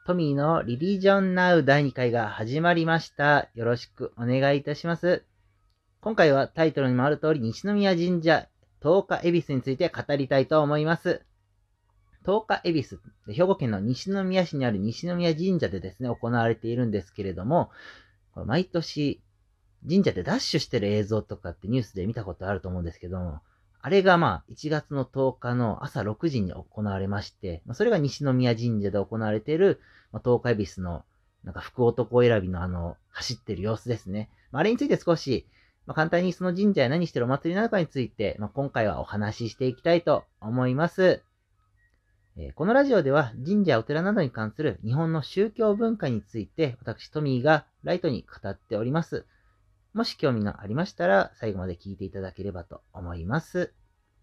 トミーのリリジョンナウ第2回が始まりました。よろしくお願いいたします。今回はタイトルにもある通り、西宮神社十日恵比寿について語りたいと思います。十日恵比寿、兵庫県の西宮市にある西宮神社でですね、行われているんですけれども、毎年神社でダッシュしてる映像とかってニュースで見たことあると思うんですけども、あれが1月の10日の朝6時に行われまして、それが西宮神社で行われている、十日恵比寿の福男選びの走ってる様子ですね。あれについて少し、簡単にその神社や何してるお祭りなのかについて、今回はお話ししていきたいと思います。このラジオでは神社やお寺などに関する日本の宗教文化について、私トミーがライトに語っております。もし興味がありましたら、最後まで聞いていただければと思います。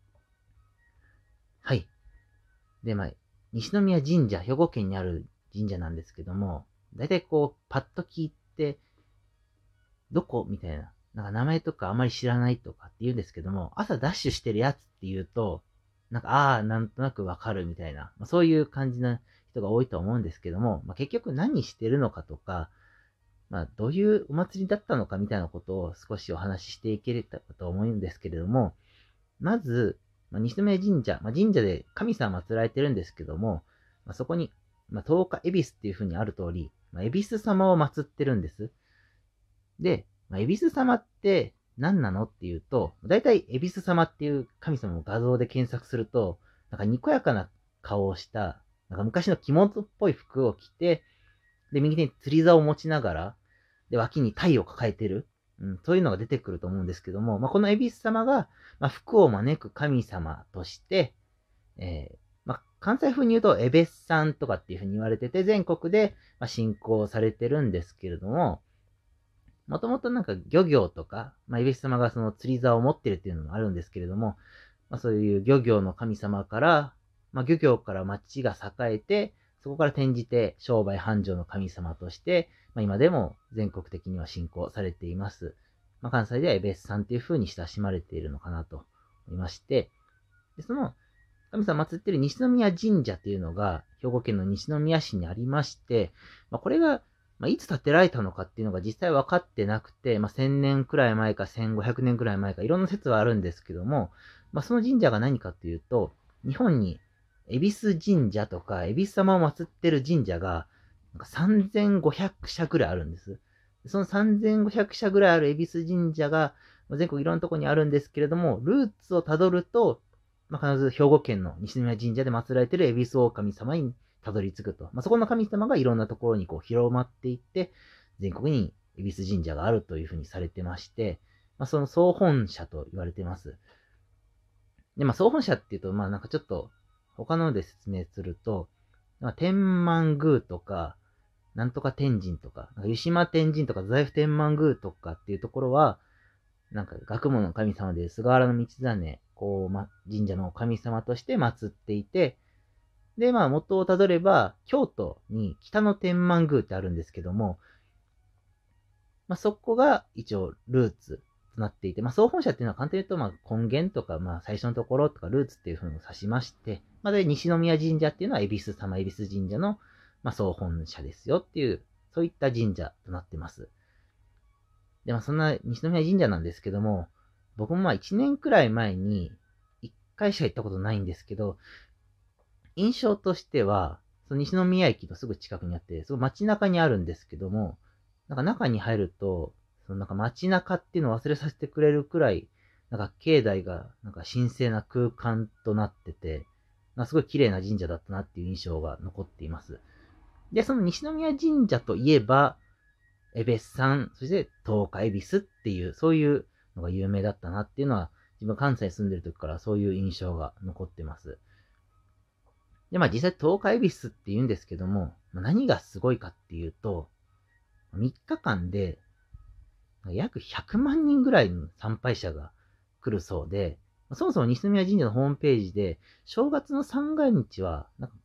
はい。で、西宮神社、兵庫県にある神社なんですけども、だいたいパッと聞いて、どこみたいな。名前とかあまり知らないとかって言うんですけども、朝ダッシュしてるやつって言うと、なんとなくわかるみたいな、そういう感じな人が多いと思うんですけども、結局何してるのかとか、どういうお祭りだったのかみたいなことを少しお話ししていければと思うんですけれども、まず、西宮神社、神社で神様祀られてるんですけども、そこに、十日恵比寿っていう風にある通り、恵比寿様を祀ってるんです。で、恵比寿様って何なのっていうと、だいたい恵比寿様っていう神様を画像で検索すると、にこやかな顔をした、昔の着物っぽい服を着て、で、右手に釣り竿を持ちながら、で、脇に鯛を抱えてる。そういうのが出てくると思うんですけども、この恵比寿様が、福を招く神様として、関西風に言うと、エベスさんとかっていう風に言われてて、全国で、信仰されてるんですけれども、もともと漁業とか、恵比寿様がその釣り竿を持ってるっていうのもあるんですけれども、そういう漁業の神様から、漁業から町が栄えて、そこから転じて商売繁盛の神様として、今でも全国的には信仰されています。関西ではエベスさんっていう風に親しまれているのかなと思いまして、でその神様祀っている西宮神社っていうのが、兵庫県の西宮市にありまして、これが、いつ建てられたのかっていうのが実際分かってなくて、1000年くらい前か1500年くらい前か、いろんな説はあるんですけども、その神社が何かっていうと、日本に恵比寿神社とか、恵比寿様を祀ってる神社が、3500社くらいあるんです。その3500社ぐらいある恵比寿神社が、全国いろんなところにあるんですけれども、ルーツをたどると、必ず兵庫県の西宮神社で祀られている恵比寿狼様にたどり着くと。そこの神様がいろんなところに広まっていって、全国に恵比寿神社があるというふうにされてまして、その総本社と言われてます。で、総本社っていうと、ちょっと他ので説明すると、天満宮とか、なんとか天神とか、湯島天神とか、財布天満宮とかっていうところは、学問の神様で菅原道真、神社の神様として祀っていて、で、元をたどれば、京都に北の天満宮ってあるんですけども、そこが一応ルーツとなっていて、総本社っていうのは簡単に言うと、根源とか、最初のところとか、ルーツっていう風に指しまして、で、西宮神社っていうのは、恵比寿様、恵比寿神社の、総本社ですよっていう、そういった神社となってます。で、そんな西宮神社なんですけども、僕も1年くらい前に、1回しか行ったことないんですけど、印象としては、その西宮駅のすぐ近くにあって、すごい街中にあるんですけども、中に入ると、その街中っていうのを忘れさせてくれるくらい、境内が神聖な空間となってて、すごい綺麗な神社だったなっていう印象が残っています。で、その西宮神社といえば、エベスさん、そして十日恵比寿っていう、そういうのが有名だったなっていうのは、自分関西に住んでる時からそういう印象が残ってます。で、実際十日恵比寿って言うんですけども、何がすごいかっていうと、3日間で約100万人ぐらいの参拝者が来るそうで、そもそも西宮神社のホームページで、正月の三が日は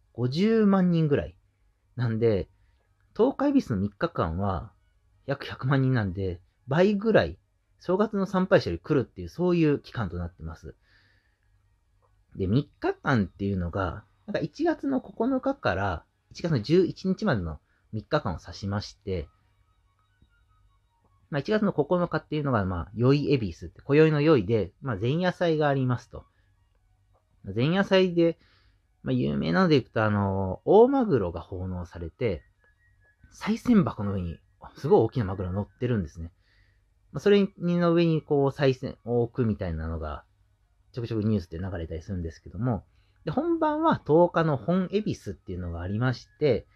50万人ぐらい。なんで、十日恵比寿の3日間は約100万人なんで、倍ぐらい、正月の参拝者より来るっていう、そういう期間となってます。で、3日間っていうのが、1月の9日から 1月の11日までの3日間を指しまして、1月の9日っていうのが、宵恵比寿って、今宵の宵で、前夜祭がありますと。前夜祭で、有名なのでいくと、大マグロが奉納されて、賽銭箱の上に、すごい大きなマグロが乗ってるんですね。それの上に、賽銭を置くみたいなのが、ちょくちょくニュースで流れたりするんですけども、で、本番は10日の本恵比寿っていうのがありまして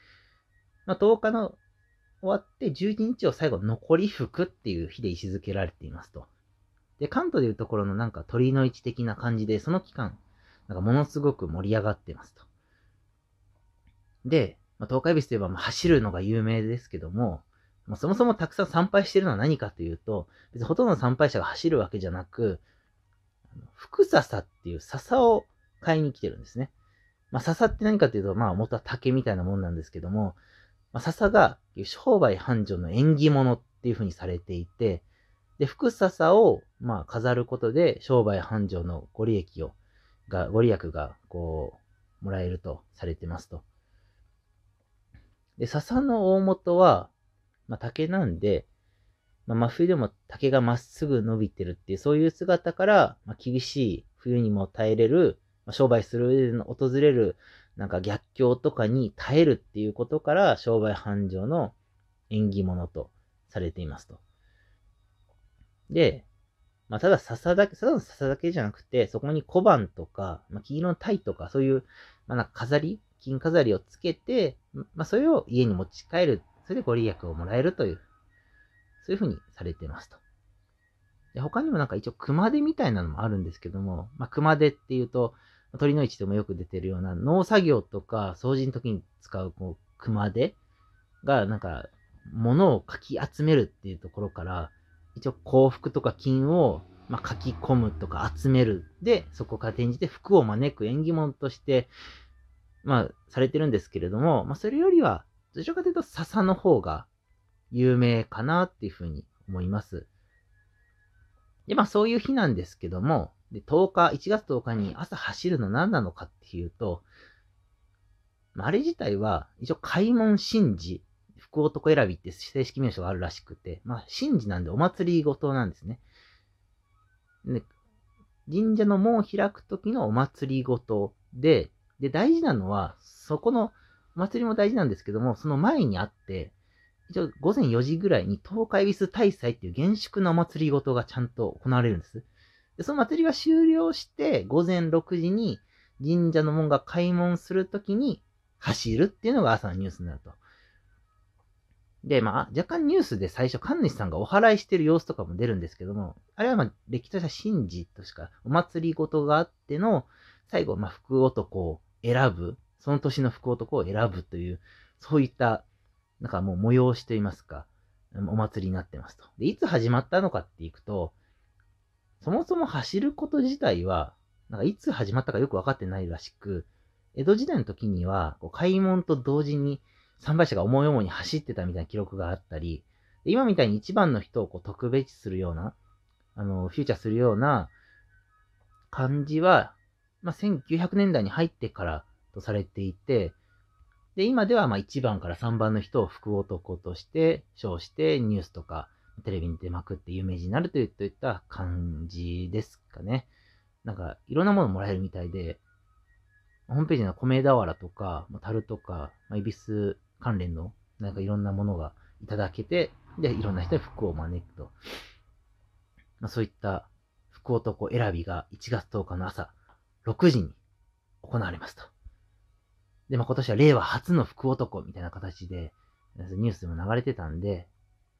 、10日の終わって11日を最後残り福っていう日で位置づけられていますと。で、関東でいうところの鳥の市的な感じで、その期間、ものすごく盛り上がってますと。で、東海恵比寿といえば走るのが有名ですけども、そもそもたくさん参拝してるのは何かというと、別にほとんどの参拝者が走るわけじゃなく、福笹っていう笹を買いに来てるんですね。笹って何かというと、元は竹みたいなもんなんですけども、笹が商売繁盛の縁起物っていう風にされていて、で、福笹を飾ることで商売繁盛のご利益がもらえるとされてますと。で、笹の大元は、竹なんで、真冬でも竹がまっすぐ伸びてるっていう、そういう姿から、厳しい冬にも耐えれる、商売する上で訪れる、逆境とかに耐えるっていうことから、商売繁盛の縁起物とされていますと。で、ただの笹だけじゃなくて、そこに小判とか、黄色の鯛とか、そういう、金飾りをつけて、それを家に持ち帰る。それでご利益をもらえるという、そういうふうにされてますと。で、他にも一応熊手みたいなのもあるんですけども、熊手っていうと、鳥の市でもよく出てるような農作業とか掃除の時に使う熊手が物をかき集めるっていうところから、一応幸福とか金を書き込むとか集めるで、そこから転じて福を招く縁起物として、されてるんですけれども、それよりは、どちらかというと笹の方が有名かなっていうふうに思います。で、そういう日なんですけども、で、1月10日に朝走るの何なのかっていうと、あれ自体は、一応開門神事、福男選びって正式名称があるらしくて、神事なんでお祭りごとなんですね。で、神社の門を開く時のお祭りごとで、大事なのは、そこのお祭りも大事なんですけども、その前にあって、一応午前4時ぐらいに東海恵比寿大祭っていう厳粛なお祭りごとがちゃんと行われるんです。で、その祭りが終了して、午前6時に神社の門が開門するときに走るっていうのが朝のニュースになると。で、若干ニュースで最初、神主さんがお祓いしてる様子とかも出るんですけども、あれは歴史とした神事としか、お祭りごとがあっての、最後、福男を選ぶ、その年の福男を選ぶという、そういったもう催しと言いますか、お祭りになってますと。で、いつ始まったのかっていくと、そもそも走ること自体は、いつ始まったかよくわかってないらしく、江戸時代の時には、開門と同時に参拝者が思い思いに走ってたみたいな記録があったり、今みたいに一番の人を特別視するような、フューチャーするような感じは、1900年代に入ってからとされていて、で、今では1番から3番の人を福男として称してニュースとかテレビに出まくって有名人になるといった感じですかね。いろんなものもらえるみたいで、ホームページの米俵とか、樽とか、恵比寿関連のいろんなものがいただけて、で、いろんな人に福を招くと。そういった福男選びが1月10日の朝6時に行われますと。で、今年は令和初の福男みたいな形で、ニュースでも流れてたんで、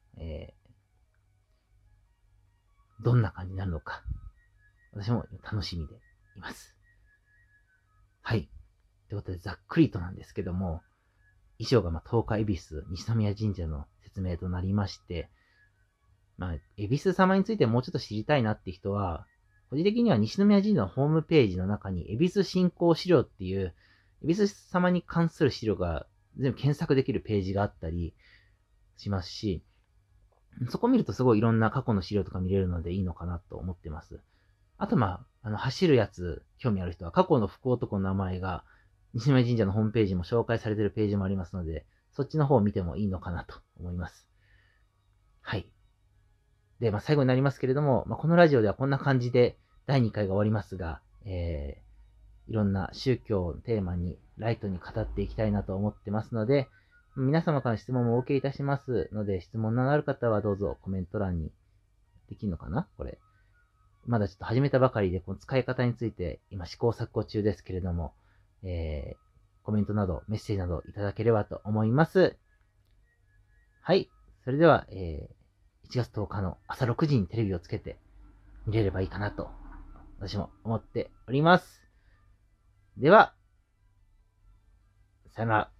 どんな感じになるのか、私も楽しみでいます。はい。ということで、ざっくりとなんですけども、以上が東海恵比寿西宮神社の説明となりまして、恵比寿様についてもうちょっと知りたいなって人は、個人的には西宮神社のホームページの中に、恵比寿信仰資料っていう、恵比寿様に関する資料が全部検索できるページがあったりしますし、そこ見るとすごいいろんな過去の資料とか見れるのでいいのかなと思ってます。あと走るやつ、興味ある人は過去の福男の名前が西宮神社のホームページも紹介されているページもありますので、そっちの方を見てもいいのかなと思います。はい。で、最後になりますけれども、このラジオではこんな感じで第2回が終わりますが、いろんな宗教をテーマにライトに語っていきたいなと思ってますので、皆様からの質問もお受けいたしますので、質問のある方はどうぞコメント欄にできるのかなこれ。まだちょっと始めたばかりで、この使い方について今試行錯誤中ですけれども、コメントなどメッセージなどいただければと思います。はい。それでは、1月10日の朝6時にテレビをつけて見れればいいかなと、私も思っております。では、さよなら。